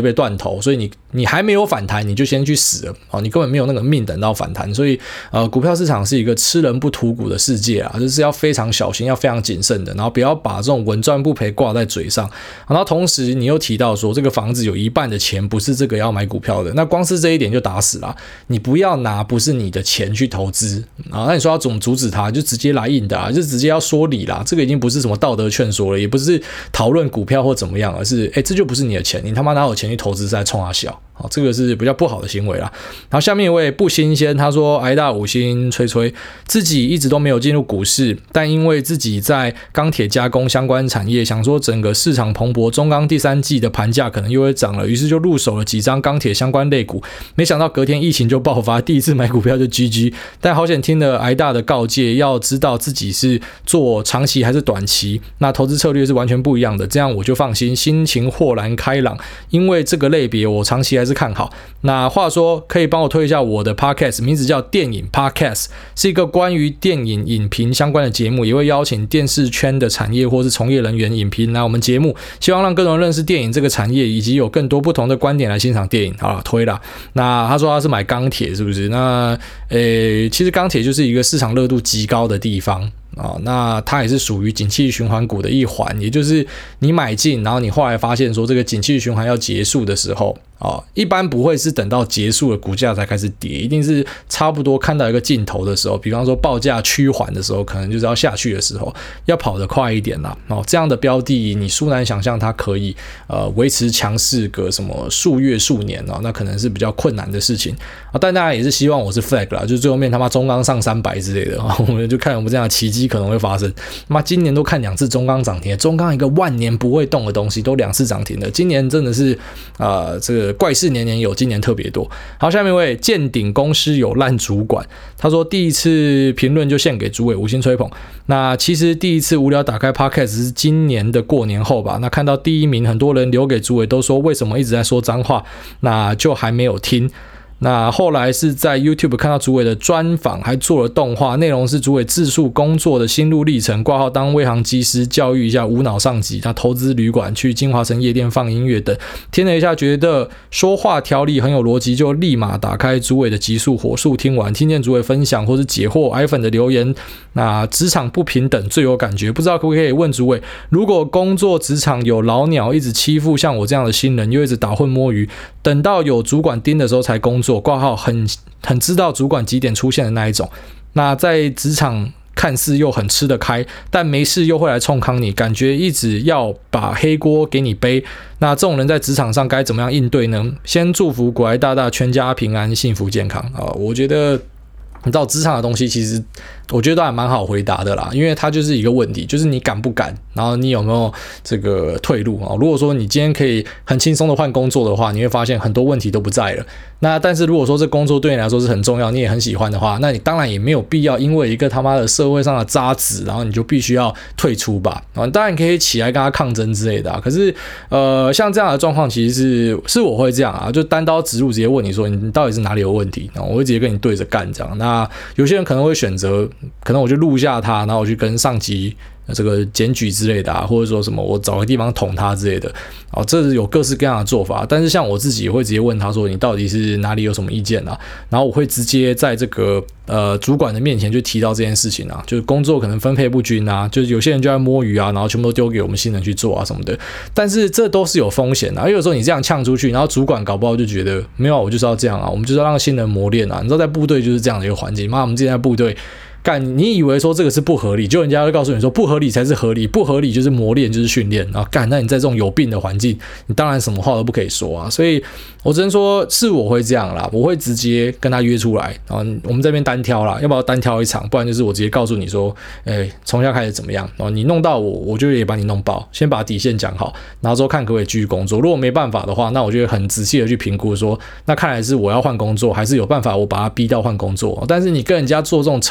被断头，所以你你还没有反弹你就先去死了哦，你根本没有那个命等到反弹，所以呃，股票市场是一个吃人不吐骨的世界啊，就是要非常小心，要非常谨慎的，然后不要把这种稳赚不赔挂在嘴上。然后同时你又提到说这个房子有一半的钱不是这个要买股票的，那光是这一点就打死了，你不要拿不是你的钱去投资啊，那你说要怎么阻止他，就直接来硬的啊，就直接要说理啦，这个已经不是什么道德劝说了，也不是讨论股票或怎么样，而是哎，这就不是你的钱，你他妈哪有钱去投资是在冲他笑。好，这个是比较不好的行为啦。然后下面一位不新鲜，他说挨大五星吹吹，自己一直都没有进入股市，但因为自己在钢铁加工相关产业，想说整个市场蓬勃，中钢第三季的盘价可能又会涨了，于是就入手了几张钢铁相关类股，没想到隔天疫情就爆发，第一次买股票就 G G， 但好险听了挨大的告诫，要知道自己是做长期还是短期，那投资策略是完全不一样的，这样我就放心，心情豁然开朗，因为这个类别我长期还是看好。那话说，可以帮我推一下我的 podcast， 名字叫电影 podcast， 是一个关于电影影评相关的节目，也会邀请电视圈的产业或是从业人员影评来我们节目，希望让更多人认识电影这个产业，以及有更多不同的观点来欣赏电影。好了，推啦。那他说他是买钢铁，是不是？那呃，其实钢铁就是一个市场热度极高的地方。哦，那它也是属于景气循环股的一环，也就是你买进，然后你后来发现说这个景气循环要结束的时候，哦，一般不会是等到结束了股价才开始跌，一定是差不多看到一个尽头的时候，比方说报价趋缓的时候，可能就是要下去的时候，要跑得快一点啦。哦，这样的标的你殊难想象它可以呃维持强势个什么数月数年哦，那可能是比较困难的事情啊。但大家也是希望我是 flag 啦，就是最后面他妈中钢上三百之类的啊，我们就看我们这样的奇迹可能会发生。妈，今年都看两次中钢涨停，中钢一个万年不会动的东西都两次涨停了，今年真的是呃这个怪事年年有，今年特别多。好，下面一位见顶公司有烂主管，他说第一次评论就献给主委五星吹捧。那其实第一次无聊打开 podcast 是今年的过年后吧，那看到第一名很多人留给主委都说为什么一直在说脏话，那就还没有听。那后来是在 YouTube 看到主委的专访，还做了动画，内容是主委自述工作的心路历程，挂号当微航机师，教育一下无脑上级，他投资旅馆，去金华城夜店放音乐等。听了一下，觉得说话条理很有逻辑，就立马打开主委的集数火速听完，听见主委分享或是解惑爱粉的留言，那职场不平等最有感觉。不知道可不可以问主委，如果工作职场有老鸟一直欺负像我这样的新人，又一直打混摸鱼，等到有主管盯的时候才工作，挂号很很知道主管几点出现的那一种，那在职场看似又很吃得开，但没事又会来冲康你，感觉一直要把黑锅给你背，那这种人在职场上该怎么样应对呢？先祝福国外大大全家平安幸福健康啊！我觉得你知道职场的东西其实我觉得都还蛮好回答的啦，因为它就是一个问题，就是你敢不敢，然后你有没有这个退路啊？如果说你今天可以很轻松的换工作的话，你会发现很多问题都不在了。那但是如果说这工作对你来说是很重要，你也很喜欢的话，那你当然也没有必要因为一个他妈的社会上的渣子，然后你就必须要退出吧。啊，当然可以起来跟他抗争之类的啊。可是呃，像这样的状况其实是是我会这样啊，就单刀直入直接问你说你到底是哪里有问题，然后我会直接跟你对着干这样。那有些人可能会选择，可能我就录下他，然后我去跟上级这个检举之类的啊，或者说什么我找个地方捅他之类的，哦，这是有各式各样的做法。但是像我自己也会直接问他说你到底是哪里有什么意见啊？然后我会直接在这个呃主管的面前就提到这件事情啊，就是工作可能分配不均啊，就是有些人就在摸鱼啊，然后全部都丢给我们新人去做啊什么的。但是这都是有风险的，因为有时候你这样呛出去，然后主管搞不好就觉得没有，我就是要这样啊，我们就是要让新人磨练啊。你知道在部队就是这样的一个环境，妈，我们之前在部队。干，你以为说这个是不合理，就人家会告诉你说不合理才是合理，不合理就是磨练，就是训练。然后干，那你在这种有病的环境，你当然什么话都不可以说啊。所以我只能说是我会这样啦，我会直接跟他约出来，然后我们这边单挑啦，要不要单挑一场？不然就是我直接告诉你说，哎，从现在开始怎么样？然后你弄到我，我就也把你弄爆，先把底线讲好，然后之后看可不可以继续工作。如果没办法的话，那我就会很仔细的去评估说，那看来是我要换工作，还是有办法我把他逼到换工作。但是你跟人家做这种城府之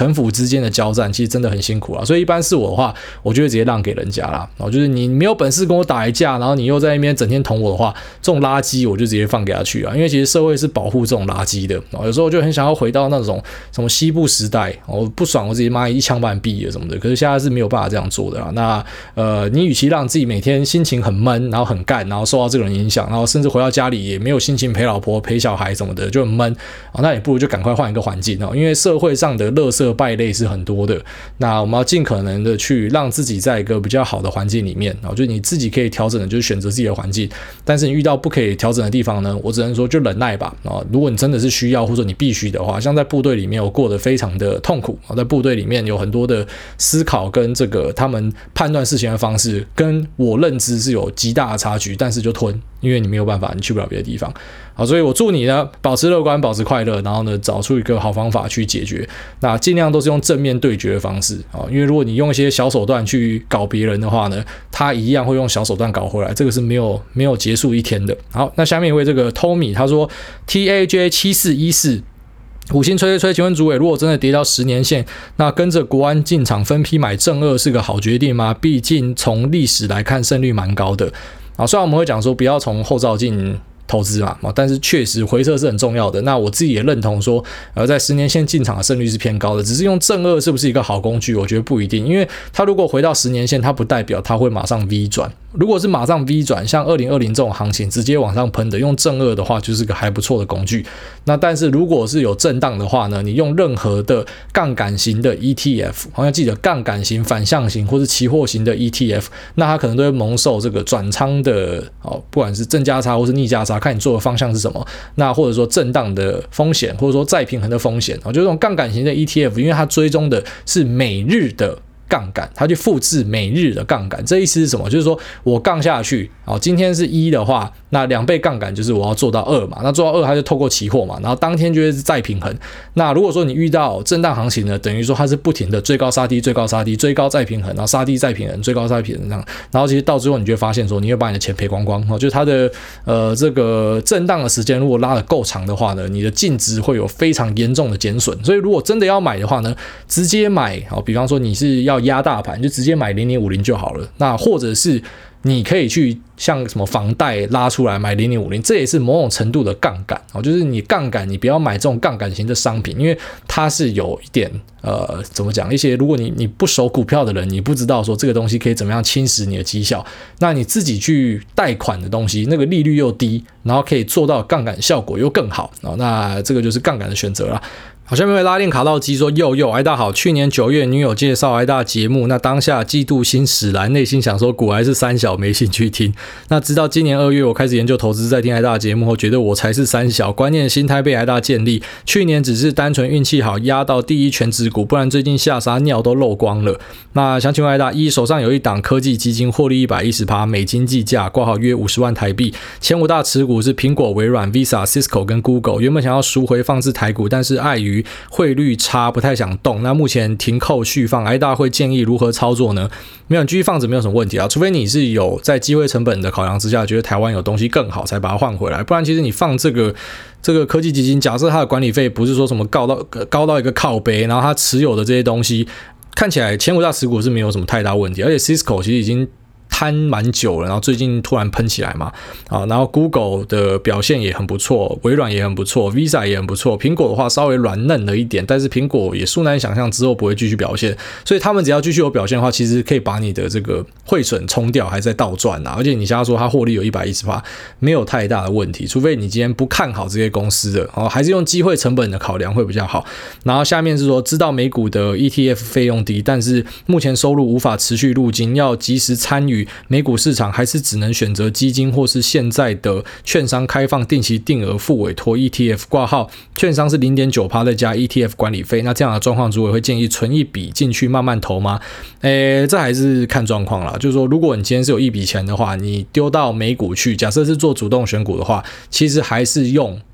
之间的交战，其实真的很辛苦啊。所以一般是我的话，我就会直接让给人家啦。哦，就是你没有本事跟我打一架，然后你又在那边整天捅我的话，这种垃圾我就直接放给他去啊。因为其实社会是保护这种垃圾的。哦，有时候我就很想要回到那种什么西部时代，我、哦、不爽我直接妈一枪把你毙了什么的。可是现在是没有办法这样做的啊。那呃，你与其让自己每天心情很闷，然后很干，然后受到这个人影响，然后甚至回到家里也没有心情陪老婆、陪小孩什么的，就很闷啊。那也不如就赶快换一个环境哦，因为社会上的垃圾败类是很多的。那我们要尽可能的去让自己在一个比较好的环境里面，就是你自己可以调整的，就是选择自己的环境。但是你遇到不可以调整的地方呢，我只能说就忍耐吧。如果你真的是需要或者你必须的话，像在部队里面我过得非常的痛苦，在部队里面有很多的思考跟这个他们判断事情的方式跟我认知是有极大的差距，但是就吞，因为你没有办法，你去不了别的地方。好，所以我祝你呢保持乐观，保持快乐，然后呢找出一个好方法去解决。那尽量都是用正面对决的方式啊，因为如果你用一些小手段去搞别人的话呢，他一样会用小手段搞回来，这个是没有没有结束一天的。好，那下面一位这个 Tommy 他说 T A J 七四一四。五星吹吹吹，请问主委，如果真的跌到十年线，那跟着国安进场分批买正二是个好决定吗？毕竟从历史来看，胜率蛮高的。啊，虽然我们会讲说不要从后照镜投资嘛，但是确实回撤是很重要的。那我自己也认同说，呃，在十年线进场的胜率是偏高的，只是用正二是不是一个好工具，我觉得不一定，因为它如果回到十年线，它不代表它会马上 V 转。如果是马上 V 转，像二零二零这种行情直接往上喷的，用正二的话就是个还不错的工具。那但是如果是有震荡的话呢，你用任何的杠杆型的 E T F， 好像记得杠杆型、反向型或是期货型的 E T F， 那它可能都会蒙受这个转仓的，哦，不管是正价差或是逆价差，看你做的方向是什么。那或者说震荡的风险，或者说再平衡的风险，就这种杠杆型的 E T F， 因为它追踪的是每日的杠杆，它去复制每日的杠杆，这意思是什么？就是说我杠下去，哦，今天是一的话，那两倍杠杆就是我要做到二嘛，那做到二它就透过期货嘛，然后当天就会是再平衡。那如果说你遇到震荡行情呢，等于说它是不停的追高杀低，追高杀低，追高再平衡，然后杀低再平衡，追高再平衡这样，然后其实到最后你就会发现说，你会把你的钱赔光光，哦，就是它的呃这个震荡的时间如果拉得够长的话呢，你的净值会有非常严重的减损。所以如果真的要买的话呢，直接买，哦，比方说你是要压大盘，就直接买零零五零就好了。那或者是你可以去像什么房贷拉出来买零零五零，这也是某种程度的杠杆，就是你杠杆，你不要买这种杠杆型的商品，因为它是有一点呃怎么讲，一些如果你你不熟股票的人，你不知道说这个东西可以怎么样侵蚀你的绩效，那你自己去贷款的东西，那个利率又低，然后可以做到杠杆效果又更好，那这个就是杠杆的选择啦。好，下面位拉链卡到机说佑佑，挨大好，去年九月女友介绍挨大节目，那当下嫉妒心使然，内心想说古还是三小，没兴趣听。那直到今年二月我开始研究投资，在听挨大节目后，觉得我才是三小，观念心态被挨大建立。去年只是单纯运气好，压到第一全指股，不然最近下杀尿都漏光了。那想请问挨大，一手上有一档科技基金，获利 百一十趴，美金计价，挂号约五十万台币，前五大持股是苹果、微软、Visa、Cisco 跟 Google。原本想要赎回放置台股，但是碍于汇率差不太想动，那目前停扣续放，挨大会建议如何操作呢？没有，继续放着没有什么问题啊，除非你是有在机会成本的考量之下，觉得台湾有东西更好才把它换回来，不然其实你放这个这个科技基金，假设它的管理费不是说什么高到高到一个靠背，然后它持有的这些东西看起来前五大持股是没有什么太大问题，而且 Cisco 其实已经摊蛮久了，然后最近突然喷起来嘛，啊，然后 Google 的表现也很不错，微软也很不错 ，Visa 也很不错，苹果的话稍微软嫩了一点，但是苹果也殊难想象之后不会继续表现，所以他们只要继续有表现的话，其实可以把你的这个汇损冲掉，还在倒赚啊，而且你现在说它获利有 百一十趴，没有太大的问题，除非你今天不看好这些公司的，哦，还是用机会成本的考量会比较好。然后下面是说，知道美股的 E T F 费用低，但是目前收入无法持续入金，要及时参与美股市场，还是只能选择基金或是现在的券商开放定期定额付委托 E T F 挂号，券商是 百分之零点九 再加 E T F 管理费，那这样的状况主委会建议存一笔进去慢慢投吗？诶，这还是看状况啦，就是说如果你今天是有一笔钱的话，你丢到美股去，假设是做主动选股的话，其实还是用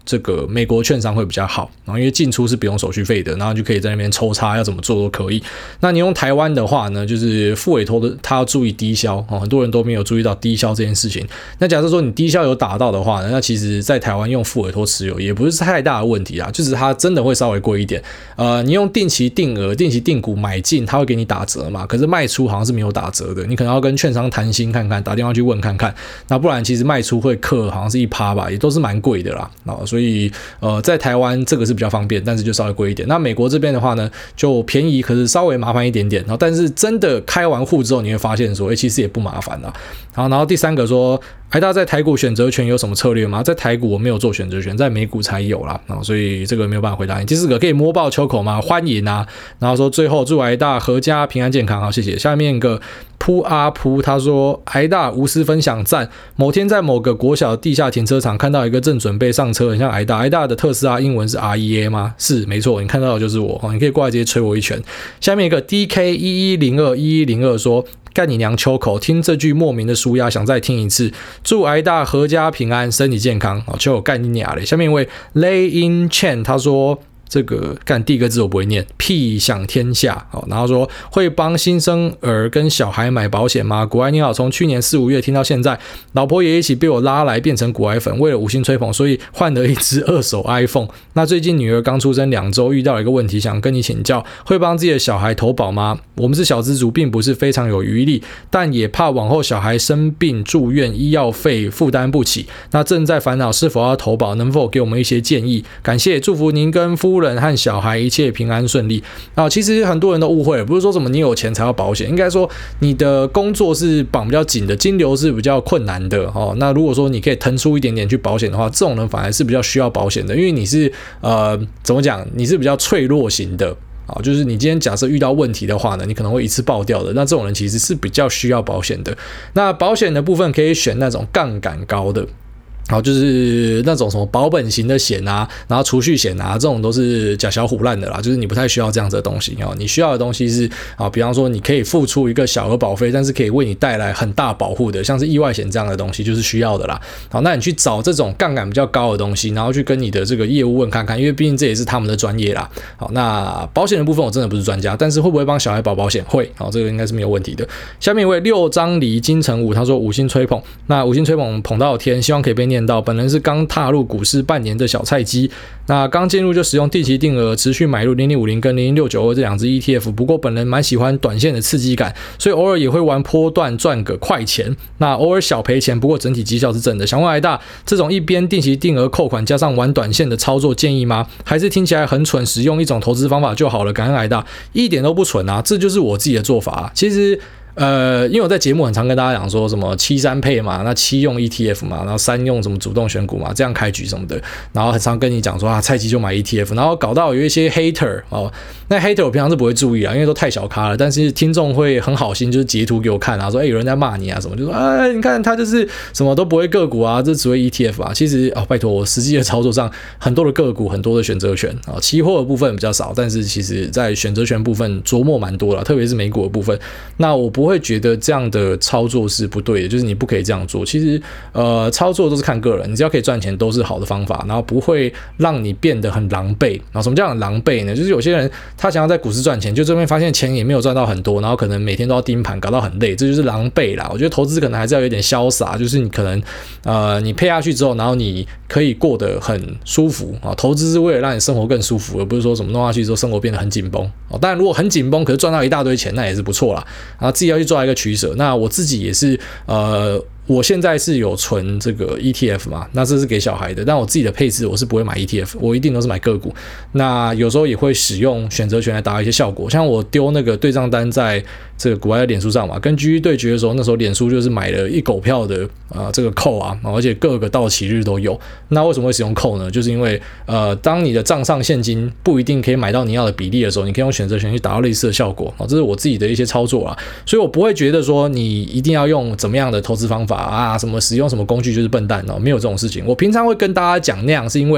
这个美国券商会比较好，然后因为进出是不用手续费的，然后就可以在那边抽插，要怎么做都可以。那你用台湾的话呢，就是副委托的他要注意低消、哦、很多人都没有注意到低消这件事情。那假设说你低消有打到的话呢，那其实在台湾用副委托持有也不是太大的问题啦，就是它真的会稍微贵一点。呃，你用定期定额、定期定股买进，它会给你打折嘛，可是卖出好像是没有打折的，你可能要跟券商谈心看看，打电话去问看看。那不然其实卖出会克好像是一趴吧，也都是蛮贵的啦。哦、所以呃，在台湾这个是比较方便，但是就稍微贵一点。那美国这边的话呢，就便宜，可是稍微麻烦一点点。然后但是真的开完户之后，你会发现说，哎，其实也不麻烦啦。好，然后第三个说，哎，大家在台股选择权有什么策略吗？在台股我没有做选择权，在美股才有啦。哦、所以这个没有办法回答你。第四个可以摸爆秋口吗？欢迎啊。然后说最后祝癌大阖家平安健康，好，谢谢。下面一个扑阿扑，他说癌大无私分享赞。某天在某个国小地下停车场看到一个正准备上车，很像癌大。癌大的特斯拉英文是 R E A 吗？是，没错，你看到的就是我。哦、你可以过来直接吹我一拳。下面一个 D K 一一零二一一零二说。干你娘秋口，听这句莫名的舒压，想再听一次。祝癌大阖家平安，身体健康。好，秋口干你娘嘞。下面一位 Lay In Chen， 他说。这个干第一个字我不会念，屁享天下。好，然后说会帮新生儿跟小孩买保险吗？古癌你好，从去年四五月听到现在，老婆也一起被我拉来变成古癌粉，为了五星吹捧，所以换了一只二手 iPhone。那最近女儿刚出生两周，遇到了一个问题，想跟你请教，会帮自己的小孩投保吗？我们是小资族，并不是非常有余力，但也怕往后小孩生病住院，医药费负担不起。那正在烦恼是否要投保，能否给我们一些建议？感谢，祝福您跟夫人和小孩一切平安顺利啊！其实很多人都误会了，不是说什么你有钱才要保险，应该说你的工作是绑比较紧的，金流是比较困难的哦。那如果说你可以腾出一点点去保险的话，这种人反而是比较需要保险的，因为你是呃怎么讲，你是比较脆弱型的。啊，就是你今天假设遇到问题的话呢，你可能会一次爆掉的。那这种人其实是比较需要保险的。那保险的部分可以选那种杠杆高的。好，就是那种什么保本型的险啊，然后储蓄险啊，这种都是假小唬烂的啦，就是你不太需要这样子的东西哦。你需要的东西是啊，比方说你可以付出一个小额保费，但是可以为你带来很大保护的，像是意外险这样的东西就是需要的啦。好，那你去找这种杠杆比较高的东西，然后去跟你的这个业务问看看，因为毕竟这也是他们的专业啦。好，那保险的部分我真的不是专家，但是会不会帮小孩保保险？会，好，这个应该是没有问题的。下面一位六张离金城武，他说五星吹捧，那五星吹捧捧到天，希望可以被念到。本人是刚踏入股市半年的小菜鸡，那刚进入就使用定期定额持续买入零零五零跟零零六九二这两只 E T F， 不过本人蛮喜欢短线的刺激感，所以偶尔也会玩波段赚个快钱，那偶尔小赔钱，不过整体绩效是正的。想问癌大，这种一边定期定额扣款加上玩短线的操作建议吗？还是听起来很蠢，使用一种投资方法就好了？感恩癌大，一点都不蠢啊，这就是我自己的做法啊。其实呃，因为我在节目很常跟大家讲说什么七三配嘛，那七用 E T F 嘛，然后三用什么主动选股嘛，这样开局什么的，然后很常跟你讲说啊，菜鸡就买 E T F， 然后搞到有一些 hater 哦，那 hater 我平常是不会注意啊，因为都太小咖了，但是听众会很好心，就是截图给我看啊，说哎、欸、有人在骂你啊什么，就说哎你看他就是什么都不会个股啊，这只会 E T F 啊，其实哦拜托我实际的操作上很多的个股，很多的选择权啊、哦，期货的部分比较少，但是其实在选择权部分琢磨蛮多了，特别是美股的部分，那我不会觉得这样的操作是不对的，就是你不可以这样做。其实，呃，操作都是看个人，你只要可以赚钱都是好的方法，然后不会让你变得很狼狈。然后什么叫很狼狈呢？就是有些人他想要在股市赚钱，就这边发现钱也没有赚到很多，然后可能每天都要盯盘，搞到很累，这就是狼狈啦。我觉得投资可能还是要有点潇洒，就是你可能呃你配下去之后，然后你可以过得很舒服啊。投资是为了让你生活更舒服，而不是说什么弄下去之后生活变得很紧绷。哦，当然如果很紧绷，可是赚到一大堆钱，那也是不错啦。然后自己要去抓一个取舍。那我自己也是，呃，我现在是有存这个 E T F 嘛，那这是给小孩的，但我自己的配置我是不会买 E T F， 我一定都是买个股。那有时候也会使用选择权来达到一些效果，像我丢那个对账单在这个股外的脸书上嘛，跟 G G 对决的时候，那时候脸书就是买了一狗票的呃这个扣啊，而且各个到期日都有。那为什么会使用扣呢？就是因为呃，当你的账上现金不一定可以买到你要的比例的时候，你可以用选择权去达到类似的效果。这是我自己的一些操作啊，所以我不会觉得说你一定要用怎么样的投资方法啊，什么使用什么工具就是笨蛋哦，没有这种事情。我平常会跟大家讲那样，是因为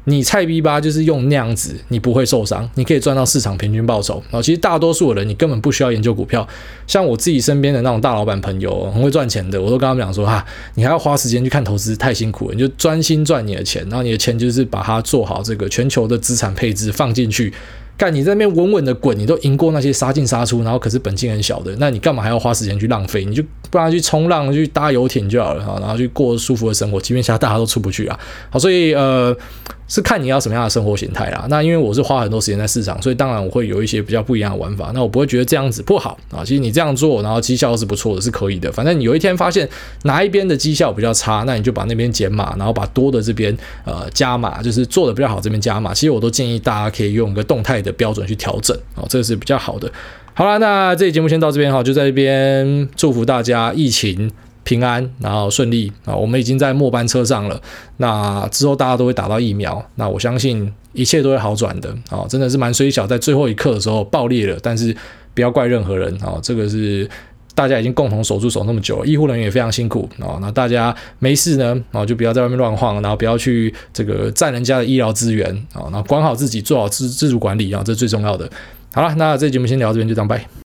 你菜逼吧就是用那样子，你不会受伤，你可以赚到市场平均报酬。然后其实大多数的人你根本不需要研究股票，像我自己身边的那种大老板朋友，很会赚钱的，我都跟他们讲说哈，你还要花时间去看投资，太辛苦了，你就专心赚你的钱，然后你的钱就是把它做好这个全球的资产配置放进去。干你在那边稳稳的滚，你都赢过那些杀进杀出，然后可是本金很小的，那你干嘛还要花时间去浪费？你就不然去冲浪、去搭游艇就好了，然后去过舒服的生活，即便现在大家都出不去啊。好，所以呃是看你要什么样的生活形态啦。那因为我是花很多时间在市场，所以当然我会有一些比较不一样的玩法。那我不会觉得这样子不好啊。其实你这样做，然后绩效是不错的，是可以的。反正你有一天发现哪一边的绩效比较差，那你就把那边减码，然后把多的这边呃加码，就是做的比较好这边加码。其实我都建议大家可以用一个动态的标准去调整哦，这个是比较好的。好啦，那这期节目先到这边哈，就在这边祝福大家疫情平安，然后顺利啊！我们已经在末班车上了，那之后大家都会打到疫苗，那我相信一切都会好转的啊！真的是蛮衰小，在最后一刻的时候爆裂了，但是不要怪任何人啊！这个是大家已经共同守住守那么久了，医护人员也非常辛苦啊！那大家没事呢，啊就不要在外面乱晃，然后不要去这个占人家的医疗资源啊，然后管好自己，做好自自主管理啊，这是最重要的。好了，那这期节目先聊到这边，就这样拜。